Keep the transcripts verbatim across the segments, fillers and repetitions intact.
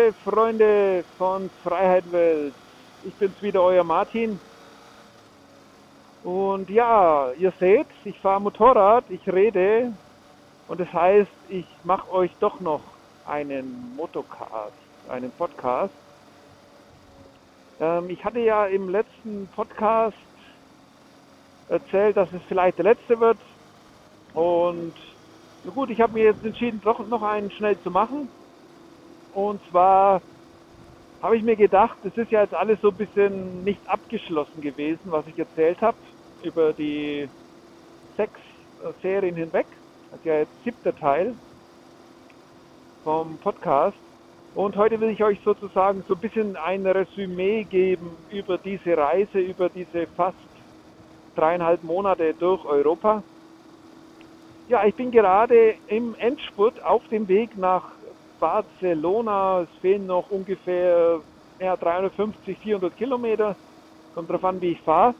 liebe Freunde von Freiheit Welt. Ich bin's wieder, euer Martin. Und ja, ihr seht, ich fahre Motorrad, ich rede und das heißt, ich mache euch doch noch einen Motocast, einen Podcast. Ähm, ich hatte ja im letzten Podcast erzählt, dass es vielleicht der letzte wird. Und na gut, ich habe mir jetzt entschieden, doch noch einen schnell zu machen. Und zwar habe ich mir gedacht, das ist ja jetzt alles so ein bisschen nicht abgeschlossen gewesen, was ich erzählt habe über die sechs äh, Serien hinweg. Das ist ja jetzt siebter Teil vom Podcast. Und heute will ich euch sozusagen so ein bisschen ein Resümee geben über diese Reise, über diese fast dreieinhalb Monate durch Europa. Ja, ich bin gerade im Endspurt auf dem Weg nach Barcelona. Es fehlen noch ungefähr ja, dreihundertfünfzig, vierhundert Kilometer. Kommt drauf an, wie ich fahre.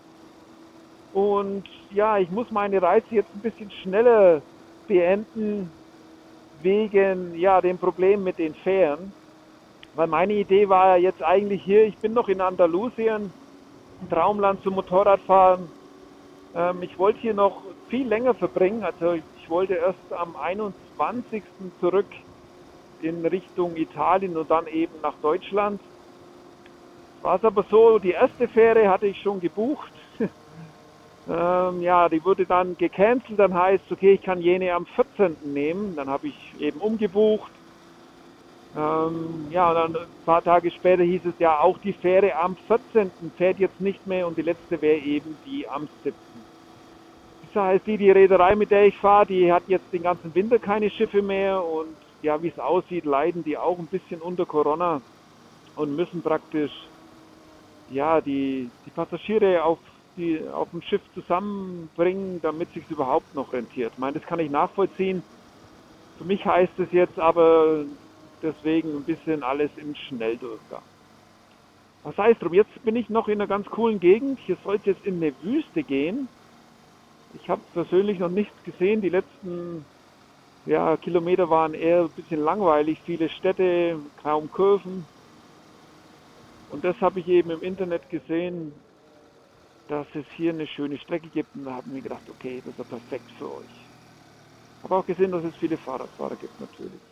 Und ja, ich muss meine Reise jetzt ein bisschen schneller beenden wegen ja, dem Problem mit den Fähren. Weil meine Idee war ja jetzt eigentlich hier, ich bin noch in Andalusien, ein Traumland zum Motorradfahren. Ähm, ich wollte hier noch viel länger verbringen, also ich wollte erst am einundzwanzigsten zurück in Richtung Italien und dann eben nach Deutschland. War es aber so, die erste Fähre hatte ich schon gebucht. ähm, ja, die wurde dann gecancelt, dann heißt es, okay, ich kann jene am vierzehnten nehmen. Dann habe ich eben umgebucht. Ähm, ja, und dann ein paar Tage später hieß es ja, auch die Fähre am vierzehnten fährt jetzt nicht mehr und die letzte wäre eben die am siebten Das heißt, die, die Reederei, mit der ich fahre, die hat jetzt den ganzen Winter keine Schiffe mehr und ja, wie es aussieht, leiden die auch ein bisschen unter Corona und müssen praktisch ja, die, die Passagiere auf, die, auf dem Schiff zusammenbringen, damit es sich überhaupt noch rentiert. Ich meine, das kann ich nachvollziehen. Für mich heißt es jetzt aber deswegen ein bisschen alles im Schnelldurchgang. Was heißt drum? Jetzt bin ich noch in einer ganz coolen Gegend. Hier soll es jetzt in eine Wüste gehen. Ich habe persönlich noch nichts gesehen. Die letzten ja, Kilometer waren eher ein bisschen langweilig. Viele Städte, kaum Kurven. Und das habe ich eben im Internet gesehen, dass es hier eine schöne Strecke gibt. Und da haben wir gedacht, okay, das ist ja perfekt für euch. Habe auch gesehen, dass es viele Fahrradfahrer gibt natürlich.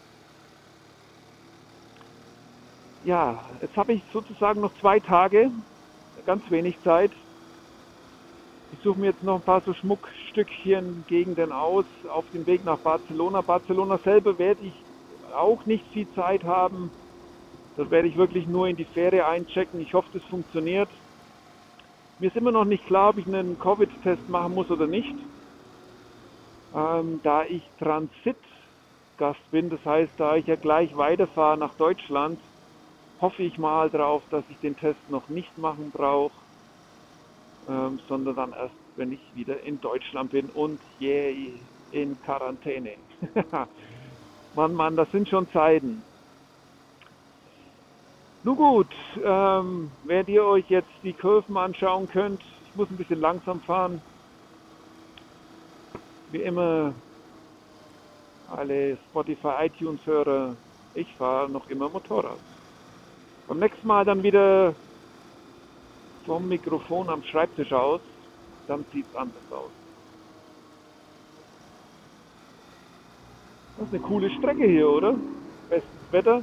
Ja, jetzt habe ich sozusagen noch zwei Tage, ganz wenig Zeit. Ich suche mir jetzt noch ein paar so Schmuckstückchen, Gegenden aus, auf dem Weg nach Barcelona. Barcelona selber werde ich auch nicht viel Zeit haben. Da werde ich wirklich nur in die Fähre einchecken. Ich hoffe, das funktioniert. Mir ist immer noch nicht klar, ob ich einen Covid-Test machen muss oder nicht. Ähm, da ich Transitgast bin, das heißt, da ich ja gleich weiterfahre nach Deutschland, hoffe ich mal darauf, dass ich den Test noch nicht machen brauche, ähm, sondern dann erst, wenn ich wieder in Deutschland bin und yay, in Quarantäne. Mann, Mann, das sind schon Zeiten. Nun gut, ähm, während ihr euch jetzt die Kurven anschauen könnt, ich muss ein bisschen langsam fahren. Wie immer, alle Spotify, iTunes-Hörer, ich fahre noch immer Motorrad. Beim nächsten Mal dann wieder vom Mikrofon am Schreibtisch aus, dann sieht es anders aus. Das ist eine coole Strecke hier, oder? Bestes Wetter.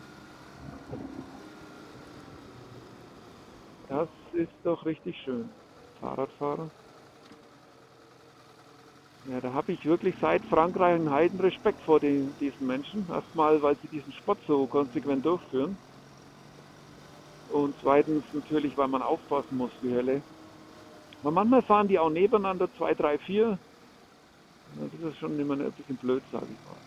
Das ist doch richtig schön. Fahrradfahrer. Ja, da habe ich wirklich seit Frankreich einen heiden Respekt vor den, diesen Menschen. Erstmal, weil sie diesen Sport so konsequent durchführen. Und zweitens natürlich, weil man aufpassen muss wie Hölle. Aber manchmal fahren die auch nebeneinander, zwei, drei, vier. Das ist schon immer ein bisschen blöd, sage ich mal.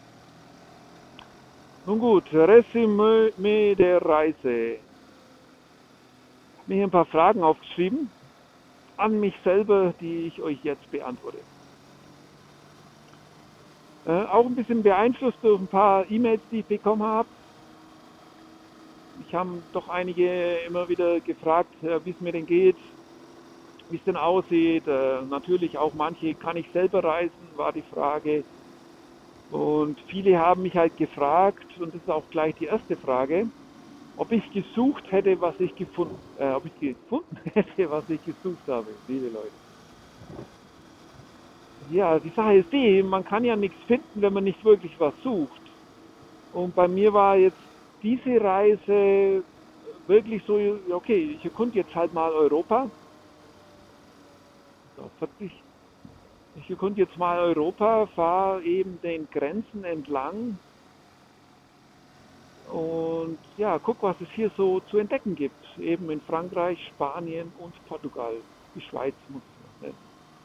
Nun gut, Resümee der Reise. Ich habe mir hier ein paar Fragen aufgeschrieben an mich selber, die ich euch jetzt beantworte. Äh, auch ein bisschen beeinflusst durch ein paar E-Mails, die ich bekommen habe. Ich habe doch einige immer wieder gefragt, äh, wie es mir denn geht, wie es denn aussieht. Äh, natürlich auch manche, kann ich selber reisen, war die Frage. Und viele haben mich halt gefragt, und das ist auch gleich die erste Frage, ob ich gesucht hätte, was ich gefunden, äh, ob ich gefunden hätte, was ich gesucht habe, liebe Leute. Ja, die Sache ist die, man kann ja nichts finden, wenn man nicht wirklich was sucht. Und bei mir war jetzt diese Reise wirklich so, okay, ich erkunde jetzt halt mal Europa. So, vierzig. Ich erkunde jetzt mal Europa, fahre eben den Grenzen entlang und ja, guck, was es hier so zu entdecken gibt. Eben in Frankreich, Spanien und Portugal. Die Schweiz muss ich noch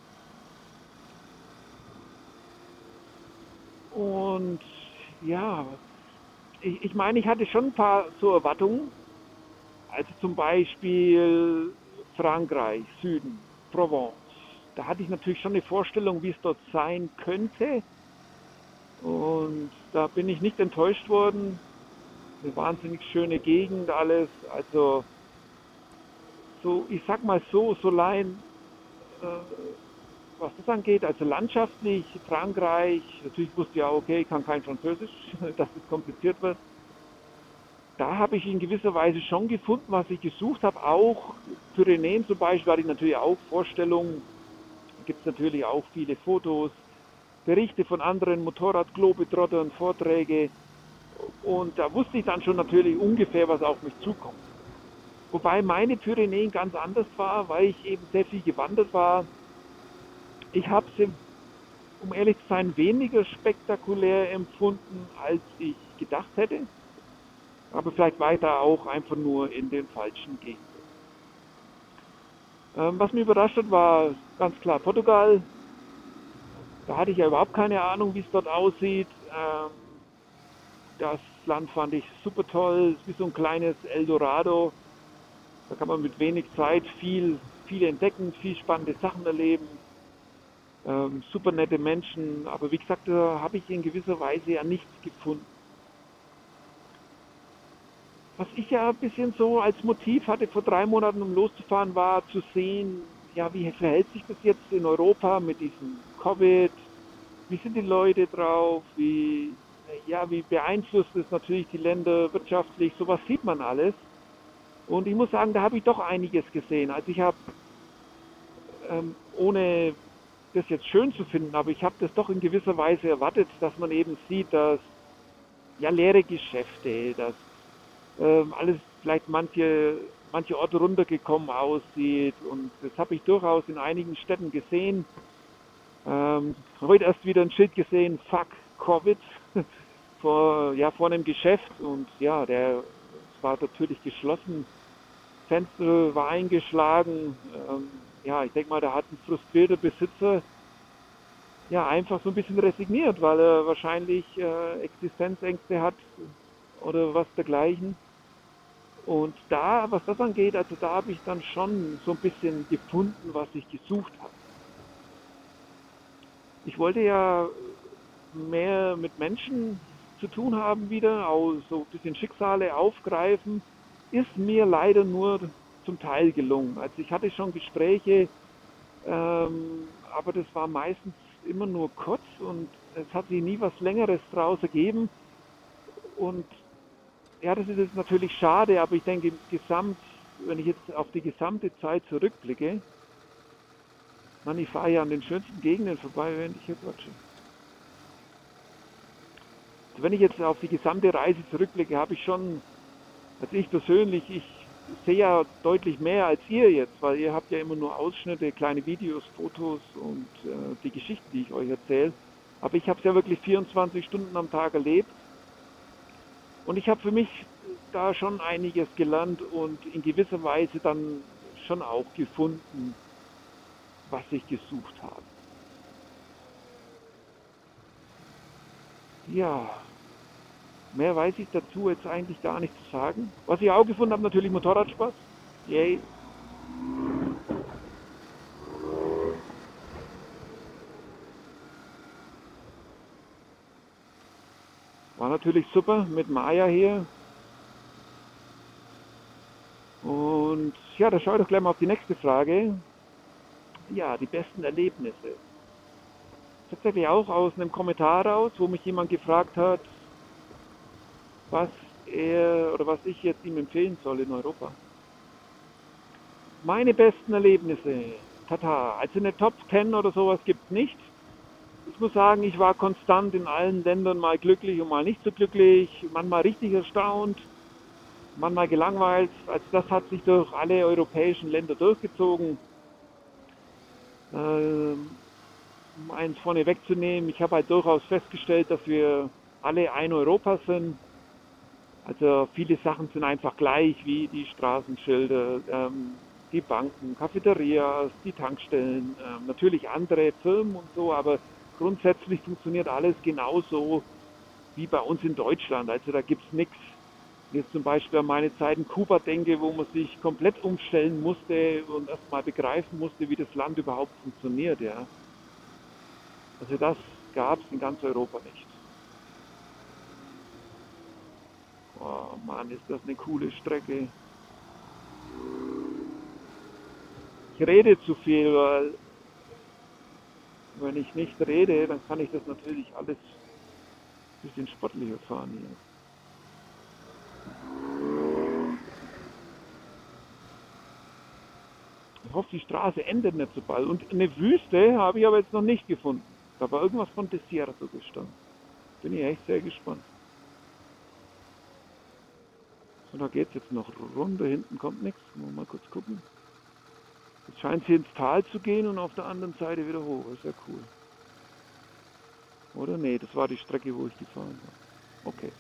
nennen. Und ja, ich, ich meine, ich hatte schon ein paar so Erwartungen. Also zum Beispiel Frankreich, Süden, Provence. Da hatte ich natürlich schon eine Vorstellung, wie es dort sein könnte. Und da bin ich nicht enttäuscht worden. Eine wahnsinnig schöne Gegend, alles. Also, so, ich sag mal so, so allein, äh, was das angeht, also landschaftlich, Frankreich, natürlich wusste ich ja, okay, ich kann kein Französisch, dass es kompliziert wird. Da habe ich in gewisser Weise schon gefunden, was ich gesucht habe. Auch Pyrenäen zum Beispiel hatte ich natürlich auch Vorstellungen. Gibt es natürlich auch viele Fotos, Berichte von anderen Motorrad-Globetrottern, Vorträge. Und da wusste ich dann schon natürlich ungefähr, was auf mich zukommt. Wobei meine Pyrenäen ganz anders war, weil ich eben sehr viel gewandert war. Ich habe sie, um ehrlich zu sein, weniger spektakulär empfunden, als ich gedacht hätte. Aber vielleicht war ich da auch einfach nur in den falschen Gegenden. Ähm, was mich überrascht hat, war ganz klar Portugal. Da hatte ich ja überhaupt keine Ahnung, wie es dort aussieht. Ähm, das Land fand ich super toll. Es ist wie so ein kleines Eldorado. Da kann man mit wenig Zeit viel, viel entdecken, viel spannende Sachen erleben. Ähm, super nette Menschen. Aber wie gesagt, da habe ich in gewisser Weise ja nichts gefunden. Was ich ja ein bisschen so als Motiv hatte vor drei Monaten, um loszufahren, war zu sehen, ja, wie verhält sich das jetzt in Europa mit diesem Covid? Wie sind die Leute drauf? Wie, ja, wie beeinflusst es natürlich die Länder wirtschaftlich? Sowas sieht man alles. Und ich muss sagen, da habe ich doch einiges gesehen. Also ich habe, ähm, ohne das jetzt schön zu finden, aber ich habe das doch in gewisser Weise erwartet, dass man eben sieht, dass ja leere Geschäfte, dass ähm, alles vielleicht manche, manche Orte runtergekommen aussieht. Und das habe ich durchaus in einigen Städten gesehen. Ähm, heute erst wieder ein Schild gesehen, fuck Covid, vor, ja, vor einem Geschäft. Und ja, der es war natürlich geschlossen. Fenster war eingeschlagen. Ähm, ja, ich denke mal, da hat ein frustrierter Besitzer ja einfach so ein bisschen resigniert, weil er wahrscheinlich äh, Existenzängste hat oder was dergleichen. Und da, was das angeht, also da habe ich dann schon so ein bisschen gefunden, was ich gesucht habe. Ich wollte ja mehr mit Menschen zu tun haben wieder, auch so ein bisschen Schicksale aufgreifen, ist mir leider nur zum Teil gelungen. Also ich hatte schon Gespräche, ähm, aber das war meistens immer nur kurz und es hat sich nie was Längeres draus ergeben. Und ja, das ist jetzt natürlich schade, aber ich denke, gesamt, wenn ich jetzt auf die gesamte Zeit zurückblicke, man, ich fahre ja an den schönsten Gegenden vorbei, während ich hier quatsche. Also wenn ich jetzt auf die gesamte Reise zurückblicke, habe ich schon, also ich persönlich, ich sehe ja deutlich mehr als ihr jetzt, weil ihr habt ja immer nur Ausschnitte, kleine Videos, Fotos und äh, die Geschichten, die ich euch erzähle. Aber ich habe es ja wirklich vierundzwanzig Stunden am Tag erlebt und ich habe für mich da schon einiges gelernt und in gewisser Weise dann schon auch gefunden, was ich gesucht habe. Ja, mehr weiß ich dazu jetzt eigentlich gar nicht zu sagen. Was ich auch gefunden habe, natürlich Motorradspaß. Yay. War natürlich super mit Maya hier. Und ja, da schaue ich doch gleich mal auf die nächste Frage. Ja, die besten Erlebnisse. tatsächlich auch aus einem Kommentar raus, wo mich jemand gefragt hat, was er oder was ich jetzt ihm empfehlen soll in Europa. Meine besten Erlebnisse, tata, also eine Top zehn oder sowas gibt es nicht. Ich muss sagen, ich war konstant in allen Ländern mal glücklich und mal nicht so glücklich, manchmal richtig erstaunt, manchmal gelangweilt. Also das hat sich durch alle europäischen Länder durchgezogen. Ähm, um eins vorne wegzunehmen, ich habe halt durchaus festgestellt, dass wir alle ein Europa sind. Also viele Sachen sind einfach gleich, wie die Straßenschilder, ähm, die Banken, Cafeterias, die Tankstellen, ähm, natürlich andere Firmen und so, aber grundsätzlich funktioniert alles genauso wie bei uns in Deutschland. Also da gibt es nichts. Jetzt zum Beispiel an meine Zeit in Kuba denke, wo man sich komplett umstellen musste und erstmal begreifen musste, wie das Land überhaupt funktioniert. Ja. Also das gab es in ganz Europa nicht. Oh Mann, ist das eine coole Strecke. Ich rede zu viel, weil wenn ich nicht rede, dann kann ich das natürlich alles ein bisschen sportlicher fahren hier. Ich hoffe, die Straße endet nicht so bald. Und eine Wüste habe ich aber jetzt noch nicht gefunden. Da war irgendwas von Desierto gestanden. Bin ich echt sehr gespannt. So, da geht es jetzt noch runter. Hinten kommt nichts. Mal kurz gucken. Jetzt scheint sie ins Tal zu gehen und auf der anderen Seite wieder hoch. Das ist ja cool. Oder? Nee, das war die Strecke, wo ich gefahren war. Okay.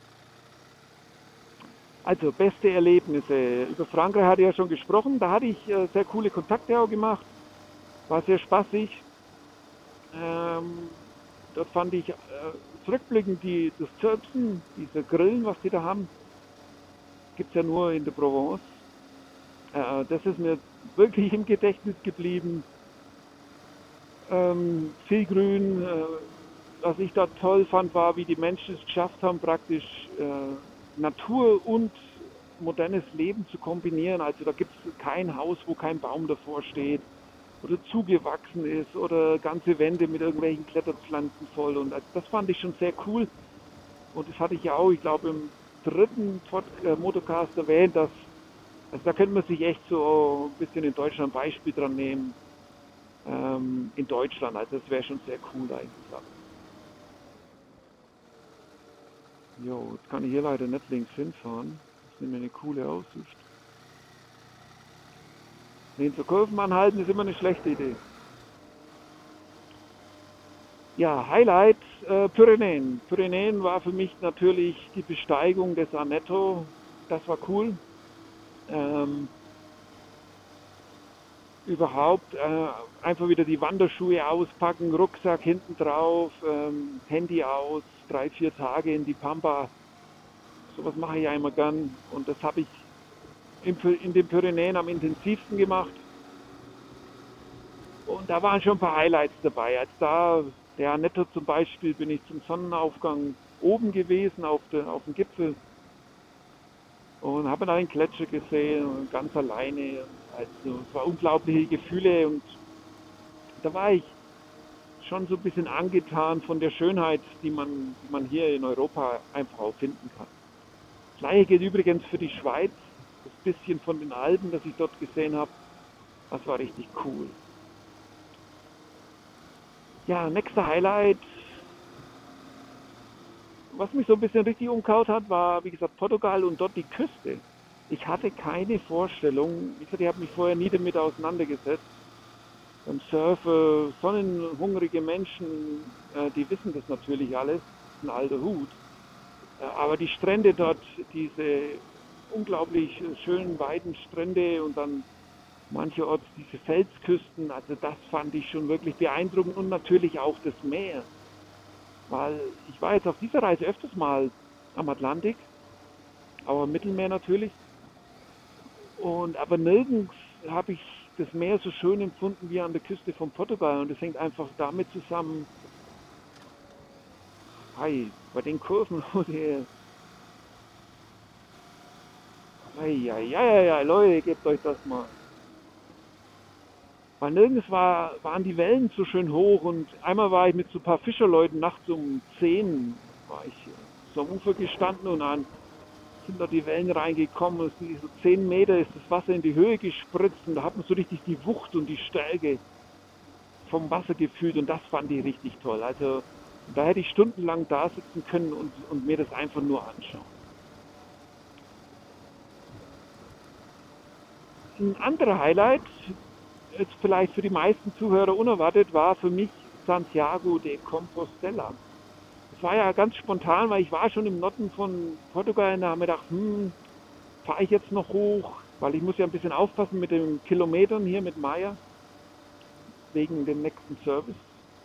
Also, beste Erlebnisse. Über Frankreich hatte ich ja schon gesprochen. Da hatte ich äh, sehr coole Kontakte auch gemacht. War sehr spaßig. Ähm, dort fand ich äh, zurückblickend die, das Zirpsen, diese Grillen, was die da haben, gibt es ja nur in der Provence. Äh, das ist mir wirklich im Gedächtnis geblieben. Ähm, viel Grün. Äh, was ich da toll fand, war, wie die Menschen es geschafft haben, praktisch äh, Natur und modernes Leben zu kombinieren. Also da gibt es kein Haus, wo kein Baum davor steht oder zugewachsen ist oder ganze Wände mit irgendwelchen Kletterpflanzen voll. Und also das fand ich schon sehr cool. Und das hatte ich ja auch, ich glaube, im dritten Pod äh, Motocast erwähnt, dass also da könnte man sich echt so ein bisschen in Deutschland ein Beispiel dran nehmen. Ähm, in Deutschland, also das wäre schon sehr cool eigentlich. Jo, jetzt kann ich hier leider nicht links hinfahren. Das ist nämlich eine coole Aussicht. Nee, zur Kurven anhalten ist immer eine schlechte Idee. Ja, Highlight äh, Pyrenäen. Pyrenäen war für mich natürlich die Besteigung des Anetto. Das war cool. Ähm, überhaupt äh, einfach wieder die Wanderschuhe auspacken, Rucksack hinten drauf, ähm, Handy aus, drei, vier Tage in die Pampa. Sowas mache ich ja immer gern. Und das habe ich in, in den Pyrenäen am intensivsten gemacht. Und da waren schon ein paar Highlights dabei. Als da, der Netto zum Beispiel, bin ich zum Sonnenaufgang oben gewesen auf, de, auf dem Gipfel und habe da einen Gletscher gesehen, ganz alleine. Also es war unglaubliche Gefühle und da war ich schon so ein bisschen angetan von der Schönheit, die man, die man hier in Europa einfach auch finden kann. Das gleiche gilt übrigens für die Schweiz. Das bisschen von den Alpen, das ich dort gesehen habe, das war richtig cool. Ja, nächster Highlight, was mich so ein bisschen richtig umgehauen hat, war, wie gesagt, Portugal und dort die Küste. Ich hatte keine Vorstellung, wie gesagt, ich habe mich vorher nie damit auseinandergesetzt. Beim Surfen, sonnenhungrige Menschen, äh, die wissen das natürlich alles, das ist ein alter Hut. Äh, aber die Strände dort, diese unglaublich schönen, weiten Strände und dann mancherorts diese Felsküsten, also das fand ich schon wirklich beeindruckend und natürlich auch das Meer. Weil ich war jetzt auf dieser Reise öfters mal am Atlantik, aber im Mittelmeer natürlich. Und aber nirgends habe ich das Meer so schön empfunden wie an der Küste von Portugal. Und das hängt einfach damit zusammen, hey, bei den Kurven, wo die, hey, ja, ja, ja, ja, Leute, gebt euch das mal. weil nirgends war, waren die Wellen so schön hoch und einmal war ich mit so ein paar Fischerleuten nachts um zehn war ich so am Ufer gestanden und dann sind da die Wellen reingekommen und so zehn Meter ist das Wasser in die Höhe gespritzt und da hat man so richtig die Wucht und die Stärke vom Wasser gefühlt und das fand ich richtig toll. Also da hätte ich stundenlang da sitzen können und, und mir das einfach nur anschauen. Ein anderer Highlight, jetzt vielleicht für die meisten Zuhörer unerwartet, war für mich Santiago de Compostela. Das war ja ganz spontan, weil ich war schon im Norden von Portugal und da habe mir gedacht, hm, fahre ich jetzt noch hoch, weil ich muss ja ein bisschen aufpassen mit den Kilometern hier mit Maya, wegen dem nächsten Service.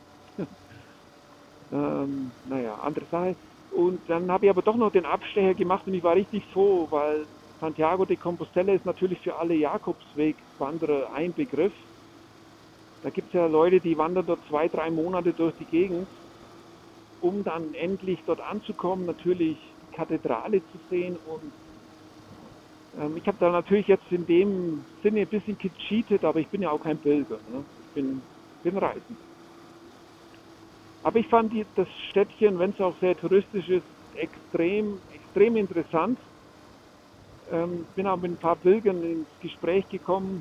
ähm, naja, andere Sache. Und dann habe ich aber doch noch den Abstecher gemacht und ich war richtig froh, weil Santiago de Compostela ist natürlich für alle Jakobswegwanderer ein Begriff. Da gibt es ja Leute, die wandern dort zwei, drei Monate durch die Gegend, um dann endlich dort anzukommen, natürlich die Kathedrale zu sehen. Und ähm, ich habe da natürlich jetzt in dem Sinne ein bisschen gecheatet, aber ich bin ja auch kein Pilger. Ne? Ich bin, bin reisend. Aber ich fand die, das Städtchen, wenn es auch sehr touristisch ist, extrem, extrem interessant. Ähm, bin auch mit ein paar Pilgern ins Gespräch gekommen.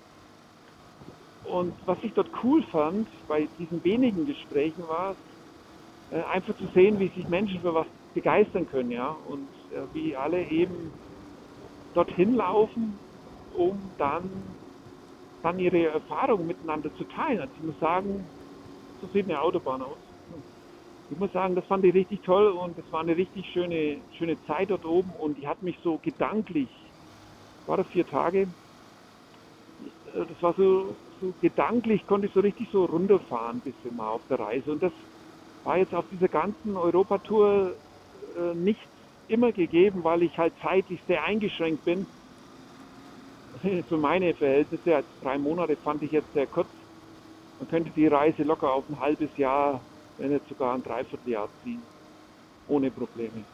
Und was ich dort cool fand, bei diesen wenigen Gesprächen war, äh, einfach zu sehen, wie sich Menschen für was begeistern können, ja. Und äh, wie alle eben dorthin laufen, um dann, dann ihre Erfahrungen miteinander zu teilen. Also ich muss sagen, so sieht eine Autobahn aus. Ich muss sagen, das fand ich richtig toll und es war eine richtig schöne, schöne Zeit dort oben und die hat mich so gedanklich, war das vier Tage, das war so, so gedanklich, konnte ich so richtig so runterfahren, ein bisschen mal auf der Reise. Und das war jetzt auf dieser ganzen Europatour äh, nicht immer gegeben, weil ich halt zeitlich sehr eingeschränkt bin. Für meine Verhältnisse, als drei Monate fand ich jetzt sehr kurz. Man könnte die Reise locker auf ein halbes Jahr, wenn nicht sogar ein Dreivierteljahr ziehen, ohne Probleme.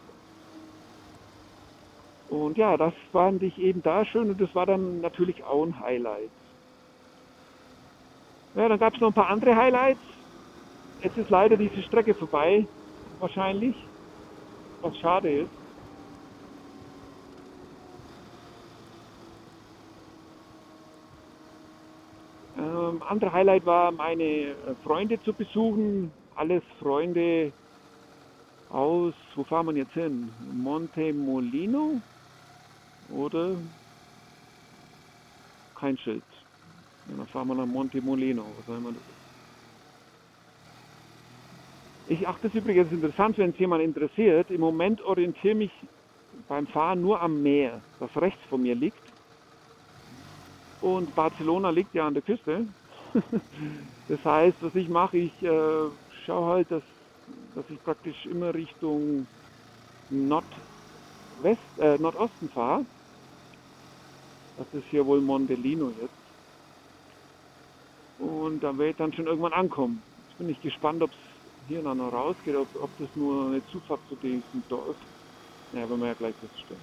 Und ja, das fand ich eben da schön und das war dann natürlich auch ein Highlight. Ja, dann gab es noch ein paar andere Highlights. Jetzt ist leider diese Strecke vorbei, wahrscheinlich, was schade ist. Ähm, andere Highlight war, meine äh, Freunde zu besuchen. Alles Freunde aus, wo fahren wir jetzt hin? Montemolino oder kein Schild? Ja, dann fahren wir nach Montemolino. Was soll man das? Ich achte es übrigens interessant, wenn es jemand interessiert. Im Moment orientiere mich beim Fahren nur am Meer, das rechts von mir liegt. Und Barcelona liegt ja an der Küste. Das heißt, was ich mache, ich äh, schaue halt, dass, dass ich praktisch immer Richtung Nordwest, äh, Nordosten fahre. Das ist hier wohl Mondelino jetzt. Und da werde ich dann schon irgendwann ankommen. Jetzt bin ich gespannt, ob es hier dann noch rausgeht, ob, ob das nur eine Zufahrt zu diesem Dorf. Ja, werden wir ja gleich feststellen.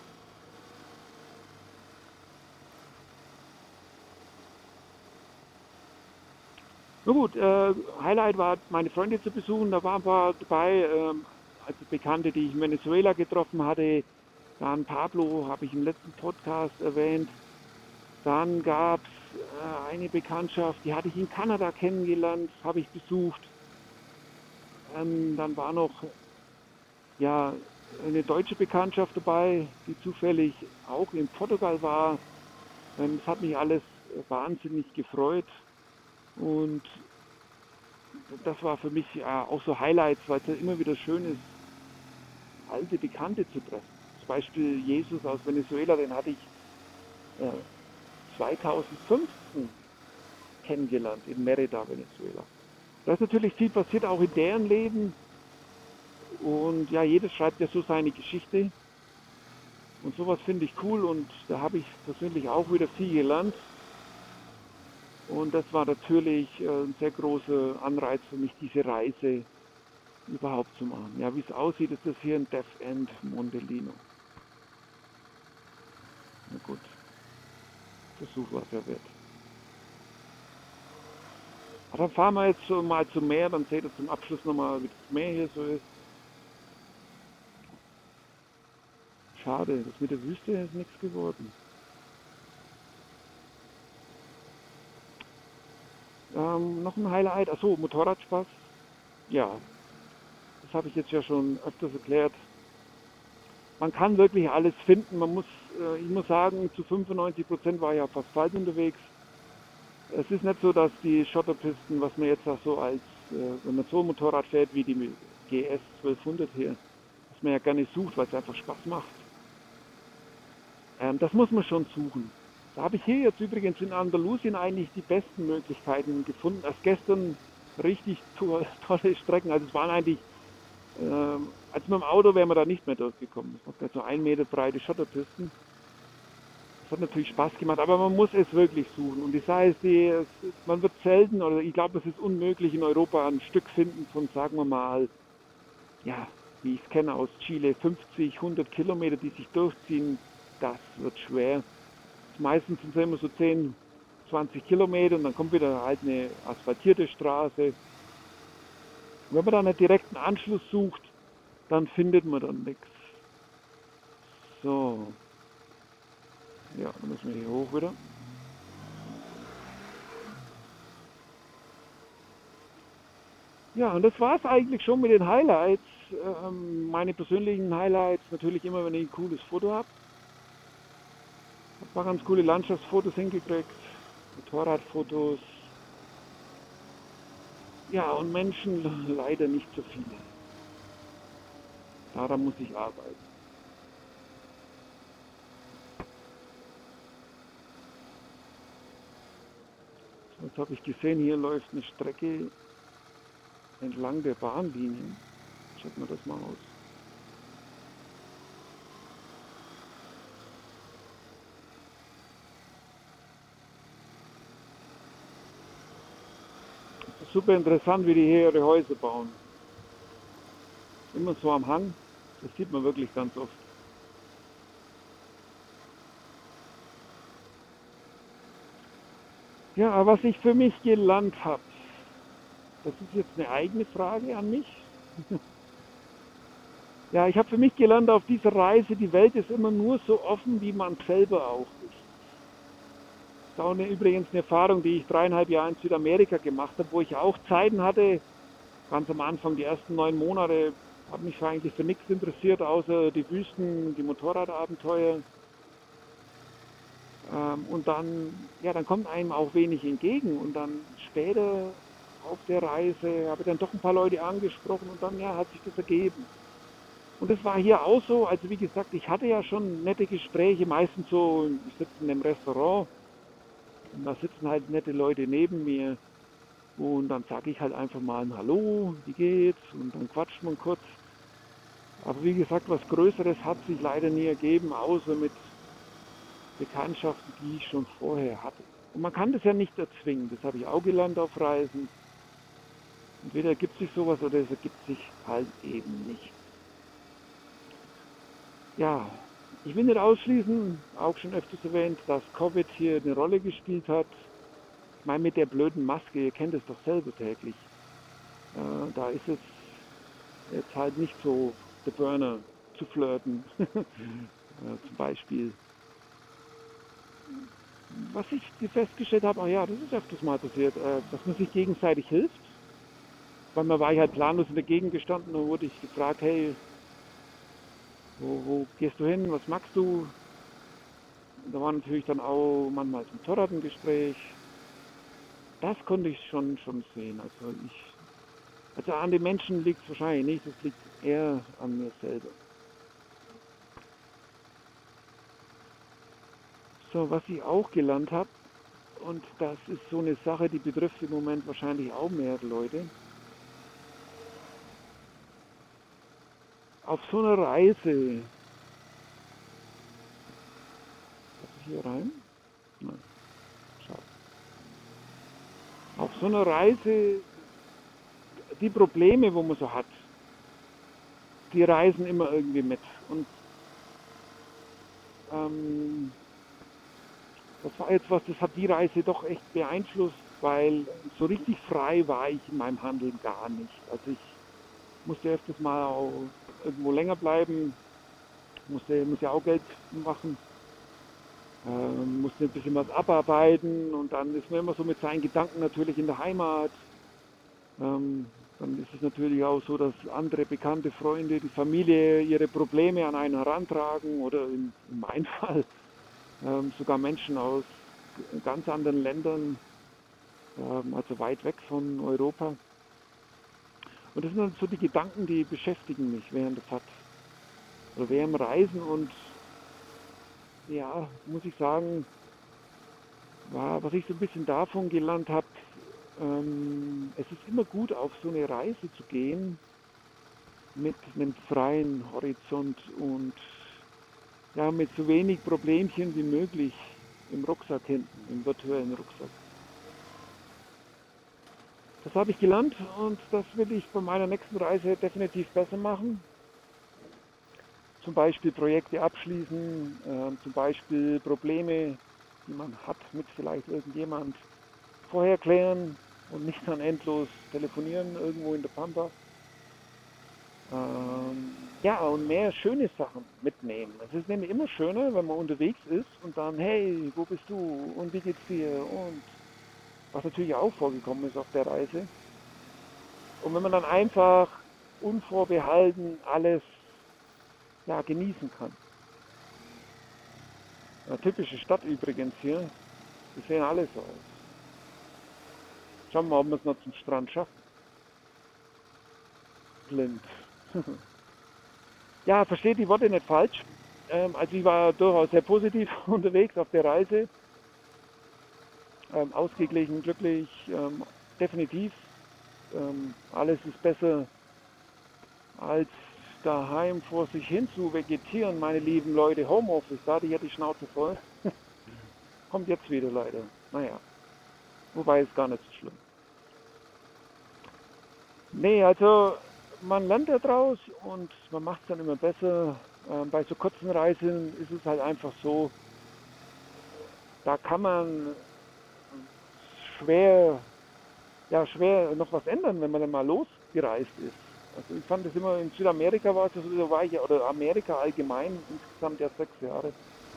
Na gut, äh, Highlight war, meine Freunde zu besuchen. Da waren ein paar dabei, ähm, also Bekannte, die ich in Venezuela getroffen hatte. Dann Pablo, habe ich im letzten Podcast erwähnt. Dann gab es äh, eine Bekanntschaft, die hatte ich in Kanada kennengelernt, habe ich besucht. Ähm, dann war noch ja, eine deutsche Bekanntschaft dabei, die zufällig auch in Portugal war. Ähm, das hat mich alles wahnsinnig gefreut. Und das war für mich ja auch so Highlights, weil es ja immer wieder schön ist, alte Bekannte zu treffen. Zum Beispiel Jesus aus Venezuela, den hatte ich äh, zweitausendfünfzehn kennengelernt in Merida, Venezuela. Da ist natürlich viel passiert, auch in deren Leben. Und ja, jeder schreibt ja so seine Geschichte. Und sowas finde ich cool und da habe ich persönlich auch wieder viel gelernt. Und das war natürlich äh, ein sehr großer Anreiz für mich, diese Reise überhaupt zu machen. Ja, wie es aussieht, ist das hier ein Death End Mondelino. Na gut, Versuch was er wird. Dann fahren wir jetzt so mal zum Meer, dann seht ihr zum Abschluss nochmal, wie das Meer hier so ist. Schade, das mit der Wüste ist nichts geworden. Ähm, noch ein Highlight, achso, Motorradspaß. Ja, das habe ich jetzt ja schon öfters erklärt. Man kann wirklich alles finden. Man muss, äh, ich muss sagen, zu fünfundneunzig Prozent war ich auf Asphalt unterwegs. Es ist nicht so, dass die Schotterpisten, was man jetzt auch so als, äh, wenn man so ein Motorrad fährt wie die G S zwölfhundert hier, was man ja gerne sucht, weil es einfach Spaß macht. Ähm, das muss man schon suchen. Da habe ich hier jetzt übrigens in Andalusien eigentlich die besten Möglichkeiten gefunden. Erst gestern richtig to tolle Strecken. Also es waren eigentlich, ähm, als mit dem Auto wären wir da nicht mehr durchgekommen. Es waren so ein Meter breite Schotterpisten. Das hat natürlich Spaß gemacht, aber man muss es wirklich suchen. Und die Sache ist, die, es, man wird selten, oder ich glaube, es ist unmöglich in Europa ein Stück finden von, sagen wir mal, ja, wie ich es kenne aus Chile, fünfzig, hundert Kilometer, die sich durchziehen. Das wird schwer. Meistens sind es immer so zehn, zwanzig Kilometer und dann kommt wieder halt eine asphaltierte Straße. Und wenn man dann einen direkten Anschluss sucht, dann findet man dann nichts. So, ja, dann müssen wir hier hoch wieder. Ja, und das war es eigentlich schon mit den Highlights. Ähm, meine persönlichen Highlights natürlich immer, wenn ich ein cooles Foto habe. Ich habe ein paar ganz coole Landschaftsfotos hingekriegt, Motorradfotos. Ja, und Menschen leider nicht so viele. Daran muss ich arbeiten. Jetzt habe ich gesehen, hier läuft eine Strecke entlang der Bahnlinien. Checken wir das mal aus. Das ist super interessant, wie die hier ihre Häuser bauen. Immer so am Hang. Das sieht man wirklich ganz oft. Ja, aber was ich für mich gelernt habe, das ist jetzt eine eigene Frage an mich. Ja, ich habe für mich gelernt auf dieser Reise, die Welt ist immer nur so offen, wie man selber auch ist. Das ist auch eine, übrigens eine Erfahrung, die ich dreieinhalb Jahre in Südamerika gemacht habe, wo ich auch Zeiten hatte, ganz am Anfang, die ersten neun Monate, habe mich eigentlich für nichts interessiert, außer die Wüsten, die Motorradabenteuer. Ähm, und dann, ja, dann kommt einem auch wenig entgegen. Und dann später auf der Reise habe ich dann doch ein paar Leute angesprochen und dann, ja, hat sich das ergeben. Und das war hier auch so. Also wie gesagt, ich hatte ja schon nette Gespräche, meistens so, ich sitze in einem Restaurant und da sitzen halt nette Leute neben mir. Und dann sage ich halt einfach mal ein Hallo, wie geht's? Und dann quatscht man kurz. Aber wie gesagt, was Größeres hat sich leider nie ergeben, außer mit Bekanntschaften, die ich schon vorher hatte. Und man kann das ja nicht erzwingen, das habe ich auch gelernt auf Reisen. Entweder ergibt sich sowas oder es ergibt sich halt eben nicht. Ja, ich will nicht ausschließen, auch schon öfters erwähnt, dass Covid hier eine Rolle gespielt hat. Ich meine, mit der blöden Maske, ihr kennt es doch selber täglich. Äh, da ist es jetzt halt nicht so der Burner zu flirten, äh, zum Beispiel. Was ich festgestellt habe, ach ja, das ist öfters mal passiert, äh, dass man sich gegenseitig hilft. Weil man war ich halt planlos in der Gegend gestanden und wurde ich gefragt, hey, wo, wo gehst du hin, was magst du? Da war natürlich dann auch manchmal zum Motorrad ein Gespräch. Das konnte ich schon, schon sehen. Also ich, also an den Menschen liegt es wahrscheinlich nicht, es liegt eher an mir selber. So, was ich auch gelernt habe, und das ist so eine Sache, die betrifft im Moment wahrscheinlich auch mehr Leute. Auf so einer Reise, darf ich hier rein? Nein, schade. Auf so einer Reise, die Probleme, wo man so hat, die reisen immer irgendwie mit. Und ähm, das war jetzt was, das hat die Reise doch echt beeinflusst. weil so richtig frei war ich in meinem Handeln gar nicht. Also ich musste öfters mal auch irgendwo länger bleiben, musste, musste auch Geld machen, ähm, musste ein bisschen was abarbeiten und dann ist man immer so mit seinen Gedanken natürlich in der Heimat. Ähm, dann ist es natürlich auch so, dass andere bekannte Freunde, die Familie ihre Probleme an einen herantragen oder in, in meinem Fall ähm, sogar Menschen aus ganz anderen Ländern, ähm, also weit weg von Europa. Und das sind dann so die Gedanken, die beschäftigen mich während der Fahrt oder während dem Reisen und ja, muss ich sagen, war, was ich so ein bisschen davon gelernt habe, ähm, es ist immer gut, auf so eine Reise zu gehen mit einem freien Horizont und ja, mit so wenig Problemchen wie möglich im Rucksack hinten, im virtuellen Rucksack. Das habe ich gelernt und das will ich bei meiner nächsten Reise definitiv besser machen. Zum Beispiel Projekte abschließen, äh, zum Beispiel Probleme, die man hat mit vielleicht irgendjemand, vorher klären und nicht dann endlos telefonieren irgendwo in der Pampa. Ähm, ja, und mehr schöne Sachen mitnehmen. Es ist nämlich immer schöner, wenn man unterwegs ist und dann, hey, wo bist du und wie geht's dir und was natürlich auch vorgekommen ist auf der Reise. Und wenn man dann einfach unvorbehalten alles ja, genießen kann. Eine typische Stadt übrigens hier, die sehen alle so aus. Schauen wir mal, ob wir es noch zum Strand schaffen. Blind. Ja, versteht die Worte nicht falsch. Ähm, also ich war durchaus sehr positiv unterwegs auf der Reise. Ähm, ausgeglichen, glücklich, ähm, definitiv. Ähm, alles ist besser als daheim vor sich hin zu vegetieren, meine lieben Leute. Homeoffice, da hatte ich ja die Schnauze voll. Kommt jetzt wieder leider. Naja, wobei ist gar nicht so schlimm. Nee, also man lernt da draus und man macht es dann immer besser. Ähm, bei so kurzen Reisen ist es halt einfach so, da kann man schwer, ja, schwer noch was ändern, wenn man dann mal losgereist ist. Also ich fand es immer, in Südamerika war es so, so war ich ja, oder Amerika allgemein, insgesamt ja sechs Jahre.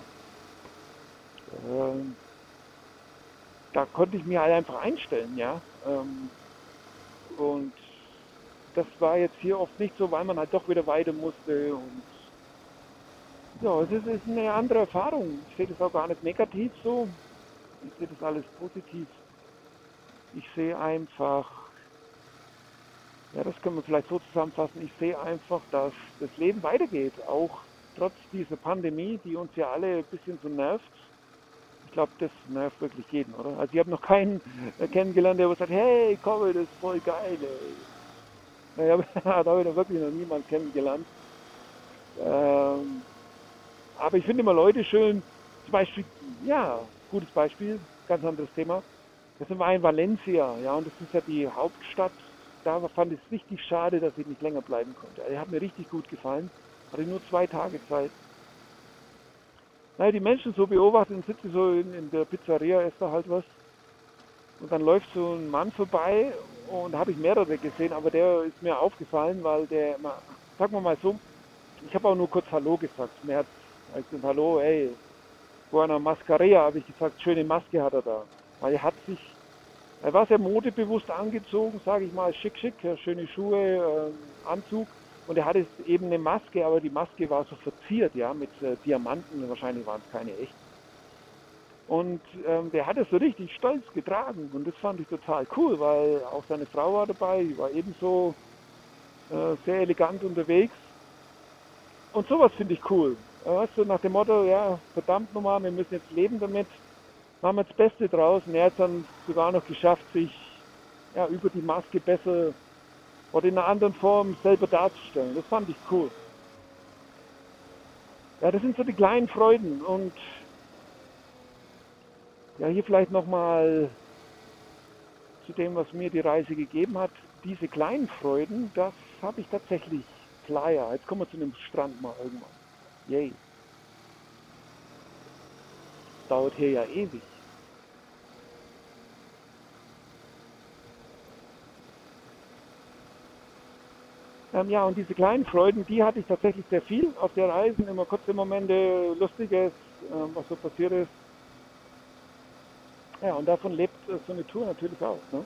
Ähm, da konnte ich mir halt einfach einstellen, ja. Ähm, und das war jetzt hier oft nicht so, weil man halt doch wieder weiter musste und ja, es ist, ist eine andere Erfahrung. Ich sehe das auch gar nicht negativ so. Ich sehe das alles positiv. Ich sehe einfach, ja, das können wir vielleicht so zusammenfassen, ich sehe einfach, dass das Leben weitergeht, auch trotz dieser Pandemie, die uns ja alle ein bisschen so nervt. Ich glaube, das nervt wirklich jeden, oder? Also ich habe noch keinen äh, kennengelernt, der sagt, hey, Covid ist voll geil, ey. Naja, da habe ich noch wirklich noch niemanden kennengelernt. Ähm, aber ich finde immer Leute schön, zum Beispiel, ja, gutes Beispiel, ganz anderes Thema. Das war in Valencia, ja, und das ist ja die Hauptstadt. Da fand ich es richtig schade, dass ich nicht länger bleiben konnte. Er hat mir richtig gut gefallen. Hatte nur zwei Tage Zeit. Naja, die Menschen so beobachtet und sitze so in, in der Pizzeria, esse da halt was. Und dann läuft so ein Mann vorbei und da habe ich mehrere gesehen, aber der ist mir aufgefallen, weil der, sagen wir mal so, ich habe auch nur kurz Hallo gesagt. Und er hat gesagt, Hallo, ey, Buona Mascaria, habe ich gesagt, schöne Maske hat er da. Weil er hat sich, er war sehr modebewusst angezogen, sage ich mal, schick, schick, schöne Schuhe, äh, Anzug. Und er hatte eben eine Maske, aber die Maske war so verziert, ja, mit äh, Diamanten, wahrscheinlich waren es keine echten. Und ähm, der hat es so richtig stolz getragen und das fand ich total cool, weil auch seine Frau war dabei, die war ebenso äh, sehr elegant unterwegs. Und sowas finde ich cool. Äh, weißt du, nach dem Motto, ja, verdammt nochmal, wir müssen jetzt leben damit, machen wir das Beste draus. Und er hat es dann sogar noch geschafft, sich ja, über die Maske besser oder in einer anderen Form selber darzustellen. Das fand ich cool. Ja, das sind so die kleinen Freuden. Und ja, hier vielleicht nochmal zu dem, was mir die Reise gegeben hat. Diese kleinen Freuden, das habe ich tatsächlich klar. Ja. Jetzt kommen wir zu einem Strand mal irgendwann. Yay. Dauert hier ja ewig. Ähm, ja, und diese kleinen Freuden, die hatte ich tatsächlich sehr viel auf der Reise. Immer kurze Momente, Lustiges, ähm, was so passiert ist. Ja, und davon lebt äh, so eine Tour natürlich auch. Ne?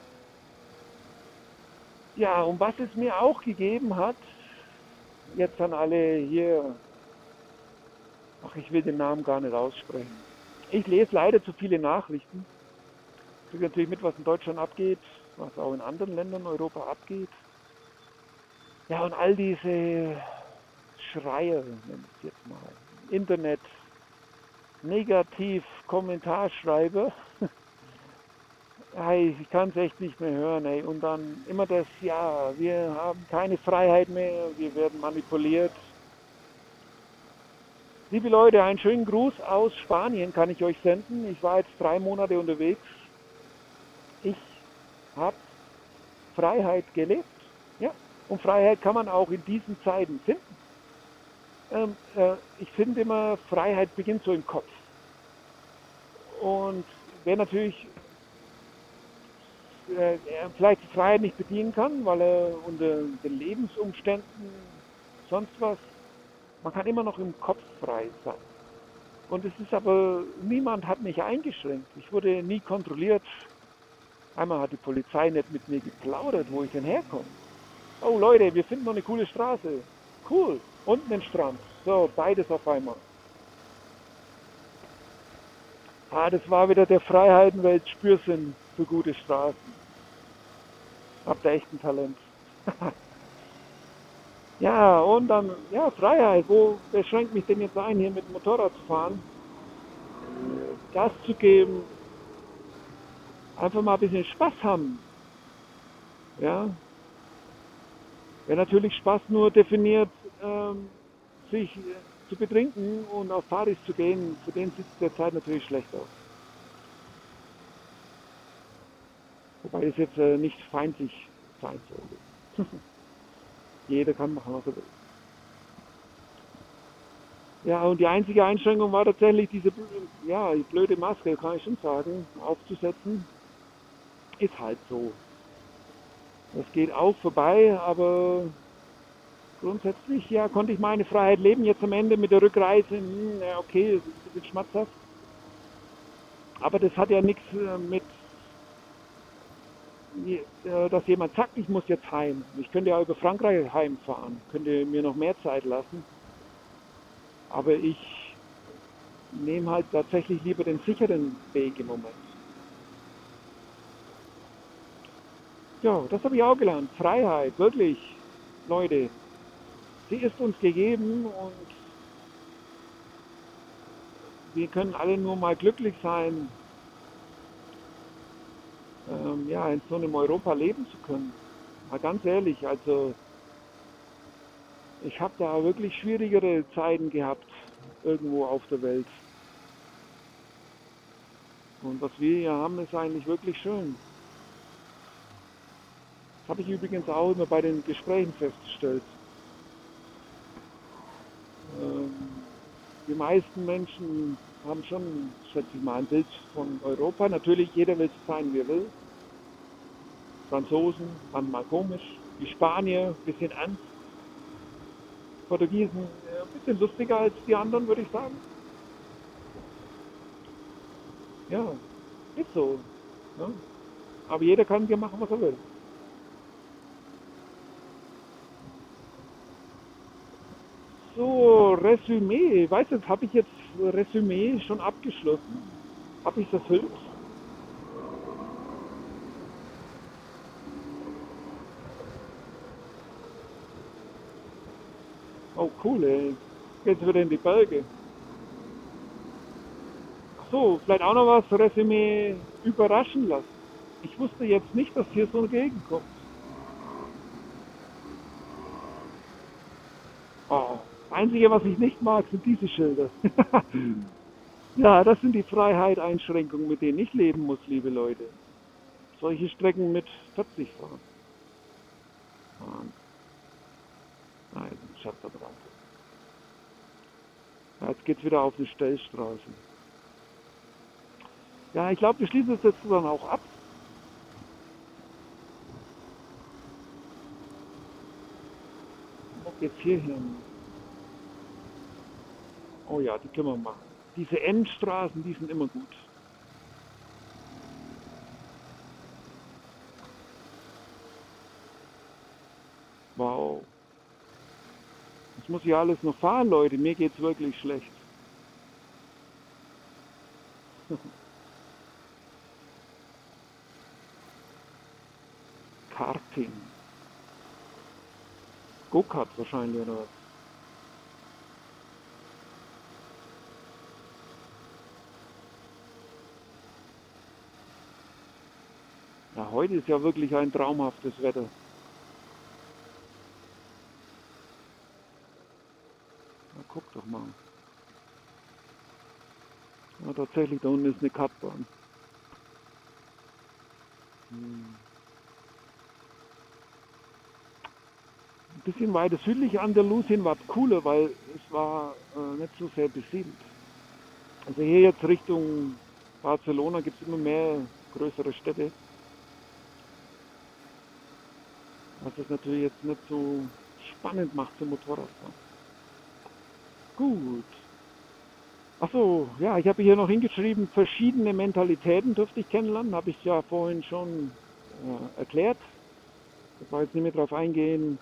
Ja, und was es mir auch gegeben hat, jetzt an alle hier, ach, ich will den Namen gar nicht aussprechen. Ich lese leider zu viele Nachrichten. Ich kriege natürlich mit, was in Deutschland abgeht, was auch in anderen Ländern Europa abgeht. Ja, und all diese Schreier, nenne ich es jetzt mal, Internet, negativ Kommentarschreiber, ey, ich kann es echt nicht mehr hören, ey. Und dann immer das, ja, wir haben keine Freiheit mehr, wir werden manipuliert. Liebe Leute, einen schönen Gruß aus Spanien kann ich euch senden. Ich war jetzt drei Monate unterwegs. Ich habe Freiheit gelebt. Ja, und Freiheit kann man auch in diesen Zeiten finden. Ähm, äh, ich finde immer, Freiheit beginnt so im Kopf. Und wer natürlich äh, vielleicht die Freiheit nicht bedienen kann, weil er unter den Lebensumständen sonst was, man kann immer noch im Kopf frei sein. Und es ist aber, niemand hat mich eingeschränkt. Ich wurde nie kontrolliert. Einmal hat die Polizei nicht mit mir geplaudert, wo ich denn herkomme. Oh Leute, wir finden noch eine coole Straße. Cool. Unten den Strand. So, beides auf einmal. Ah, das war wieder der Freiheitenwelt Spürsinn für gute Straßen. Habt ihr echt ein Talent. Ja, und dann, ja, Freiheit. Wo, wer schränkt mich denn jetzt ein, hier mit dem Motorrad zu fahren? Gas zu geben, einfach mal ein bisschen Spaß haben. Ja, wer natürlich Spaß nur definiert, ähm, sich äh, zu betrinken und auf Partys zu gehen, für den sieht es derzeit natürlich schlecht aus. Wobei es jetzt äh, nicht feindlich sein sollte. Jeder kann machen, was er will. Ja, und die einzige Einschränkung war tatsächlich diese ja, die blöde Maske, kann ich schon sagen, aufzusetzen. Ist halt so. Das geht auch vorbei, aber grundsätzlich ja, konnte ich meine Freiheit leben. Jetzt am Ende mit der Rückreise, hm, ja, okay, das ist ein bisschen schmerzhaft. Aber das hat ja nichts äh, mit, äh, dass jemand sagt, ich muss jetzt heim. Ich könnte ja über Frankreich heimfahren, könnte mir noch mehr Zeit lassen. Aber ich nehme halt tatsächlich lieber den sicheren Weg im Moment. Ja, das habe ich auch gelernt. Freiheit, wirklich, Leute. Sie ist uns gegeben und wir können alle nur mal glücklich sein, ähm, ja, in so einem Europa leben zu können. Mal ganz ehrlich, also ich habe da wirklich schwierigere Zeiten gehabt, irgendwo auf der Welt. Und was wir hier haben, ist eigentlich wirklich schön. Das habe ich übrigens auch immer bei den Gesprächen festgestellt. Ähm, die meisten Menschen haben schon, schätze ich mal, ein Bild von Europa. Natürlich, jeder will so sein, wie er will. Franzosen, manchmal komisch. Die Spanier, ein bisschen ernst. Portugiesen, äh, ein bisschen lustiger als die anderen, würde ich sagen. Ja, ist so. Ne? Aber jeder kann hier machen, was er will. So, Resümee. Weißt du, habe ich jetzt Resümee schon abgeschlossen? Habe ich das erfüllt? Oh, cool, ey. Jetzt wieder in die Berge. Ach so, vielleicht auch noch was Resümee überraschen lassen. Ich wusste jetzt nicht, dass hier so eine Gegend kommt. Oh, das Einzige, was ich nicht mag, sind diese Schilder. Ja, das sind die Freiheit-Einschränkungen, mit denen ich leben muss, liebe Leute. Solche Strecken mit vierzig fahren. Mann, nein, Schatzverbrannte. Ja, jetzt geht's wieder auf eine Stellstraße. Ja, ich glaube, wir schließen es jetzt dann auch ab. Jetzt hier hin. Oh ja, die können wir machen. Diese Endstraßen, die sind immer gut. Wow. Das muss ich alles noch fahren, Leute. Mir geht's wirklich schlecht. Karting. Go-Kart wahrscheinlich, oder was? Ja, heute ist ja wirklich ein traumhaftes Wetter. Na, guck doch mal. Ja, tatsächlich, da unten ist eine Kartbahn. Hm. Ein bisschen weiter südlich an der Andalusien war es cooler, weil es war äh, nicht so sehr besiedelt. Also hier jetzt Richtung Barcelona gibt es immer mehr größere Städte. Was das natürlich jetzt nicht so spannend macht zum Motorradfahren. Gut. Achso, ja, ich habe hier noch hingeschrieben, verschiedene Mentalitäten durfte ich kennenlernen, habe ich ja vorhin schon äh, erklärt. Ich wollte jetzt nicht mehr drauf eingehen.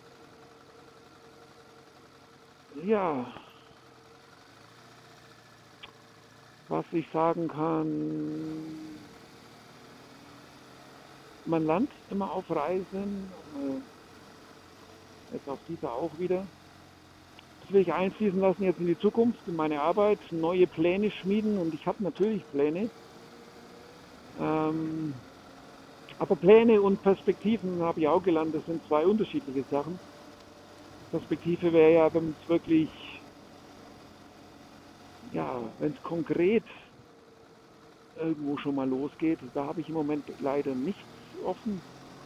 Ja, was ich sagen kann, man lernt immer auf Reisen, äh, jetzt auf dieser auch wieder. Das will ich einfließen lassen jetzt in die Zukunft, in meine Arbeit, neue Pläne schmieden und ich habe natürlich Pläne. Ähm, aber Pläne und Perspektiven habe ich auch gelernt, das sind zwei unterschiedliche Sachen. Perspektive wäre ja, wenn es wirklich, ja, wenn es konkret irgendwo schon mal losgeht, da habe ich im Moment leider nichts offen.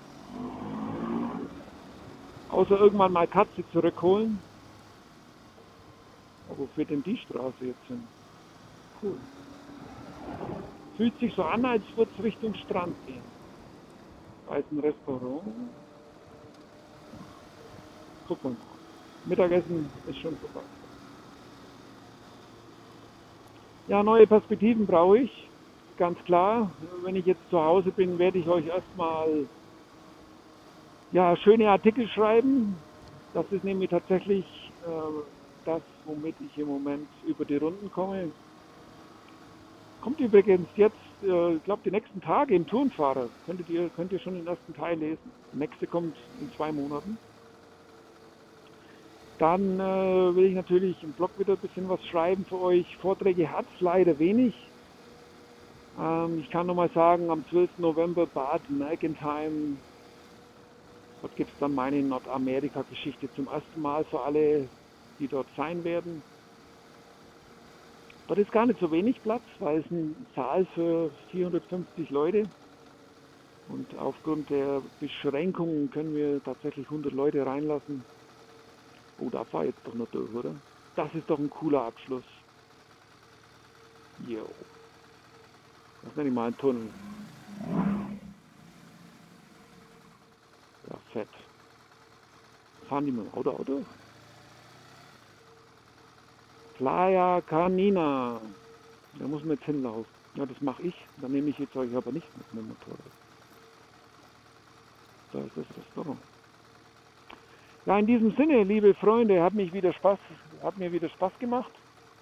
Außer irgendwann mal Katze zurückholen. Aber wo führt denn die Straße jetzt hin? Cool. Fühlt sich so an, als würde es Richtung Strand gehen. Da ist ein Restaurant. Guck mal. Mittagessen ist schon vorbei. Ja, neue Perspektiven brauche ich. Ganz klar. Wenn ich jetzt zu Hause bin, werde ich euch erstmal ja, schöne Artikel schreiben. Das ist nämlich tatsächlich äh, das, womit ich im Moment über die Runden komme. Kommt übrigens jetzt, äh, ich glaube, die nächsten Tage im Turnfahrer. Könntet ihr, könnt ihr schon den ersten Teil lesen. Der nächste kommt in zwei Monaten. Dann äh, will ich natürlich im Blog wieder ein bisschen was schreiben für euch. Vorträge hat es leider wenig. Ähm, ich kann nochmal sagen, am zwölften November Bad Mergentheim. Dort gibt es dann meine Nordamerika-Geschichte zum ersten Mal für alle, die dort sein werden. Dort ist gar nicht so wenig Platz, weil es ein Saal für vierhundertfünfzig Leute und aufgrund der Beschränkungen können wir tatsächlich hundert Leute reinlassen. Oh, da fahr jetzt doch noch durch, oder? Das ist doch ein cooler Abschluss. Jo, das nenne ich mal ein Tunnel. Ja, fett. Fahren die mit dem Auto, Auto? Playa Canina. Da muss man jetzt hinlaufen. Ja, das mache ich. Dann nehme ich jetzt euch aber nicht mit dem Motorrad. Da ist das Restaurant. Ja, in diesem Sinne, liebe Freunde, hat mich wieder Spaß, hat mir wieder Spaß gemacht.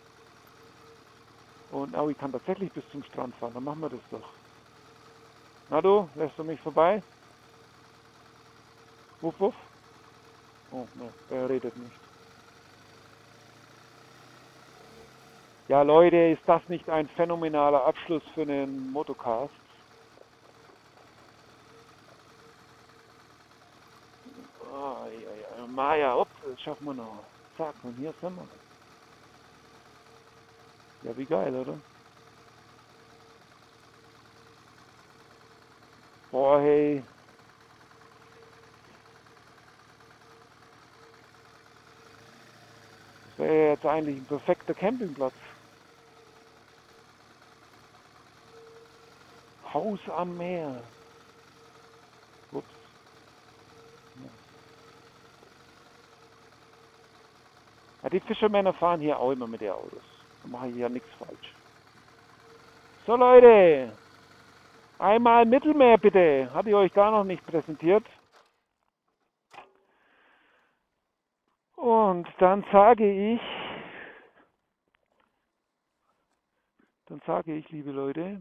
Und oh, ich kann tatsächlich bis zum Strand fahren. Dann machen wir das doch. Na du, lässt du mich vorbei? Wuff, wuff. Oh, ne, er redet nicht. Ja, Leute, ist das nicht ein phänomenaler Abschluss für einen Motocast? Oh, ja, ja. Maja, op, das schaffen wir noch. Zack, und hier sind wir. Ja, wie geil, oder? Boah, hey. Das wäre jetzt eigentlich ein perfekter Campingplatz. Haus am Meer. Ups. Ja, die Fischermänner fahren hier auch immer mit den Autos. Da mache ich ja nichts falsch. So Leute, einmal Mittelmeer bitte. Hatte ich euch gar noch nicht präsentiert. Und dann sage ich, dann sage ich, liebe Leute,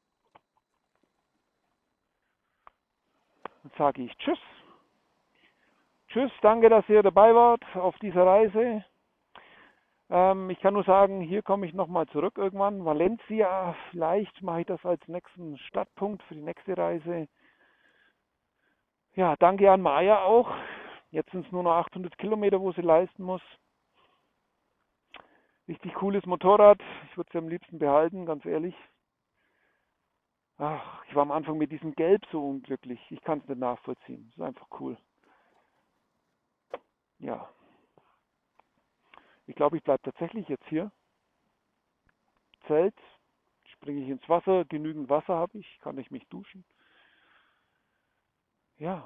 dann sage ich Tschüss. Tschüss, danke, dass ihr dabei wart auf dieser Reise. Ähm, ich kann nur sagen, hier komme ich nochmal zurück irgendwann. Valencia, vielleicht mache ich das als nächsten Startpunkt für die nächste Reise. Ja, danke an Maya auch. Jetzt sind es nur noch achthundert Kilometer, wo sie leisten muss. Richtig cooles Motorrad. Ich würde es am liebsten behalten, ganz ehrlich. Ach, ich war am Anfang mit diesem Gelb so unglücklich. Ich kann es nicht nachvollziehen. Das ist einfach cool. Ja, ich glaube, ich bleibe tatsächlich jetzt hier. Zelt, springe ich ins Wasser. Genügend Wasser habe ich, kann ich mich duschen. Ja,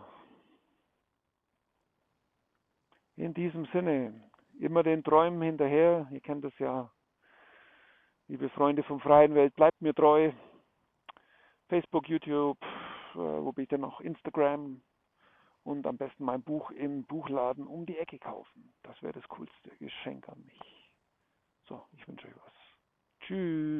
in diesem Sinne, immer den Träumen hinterher. Ihr kennt das ja, liebe Freunde vom Freien Welt, bleibt mir treu. Facebook, YouTube, äh, wo bin ich denn noch? Instagram und am besten mein Buch im Buchladen um die Ecke kaufen. Das wäre das coolste Geschenk an mich. So, ich wünsche euch was. Tschüss.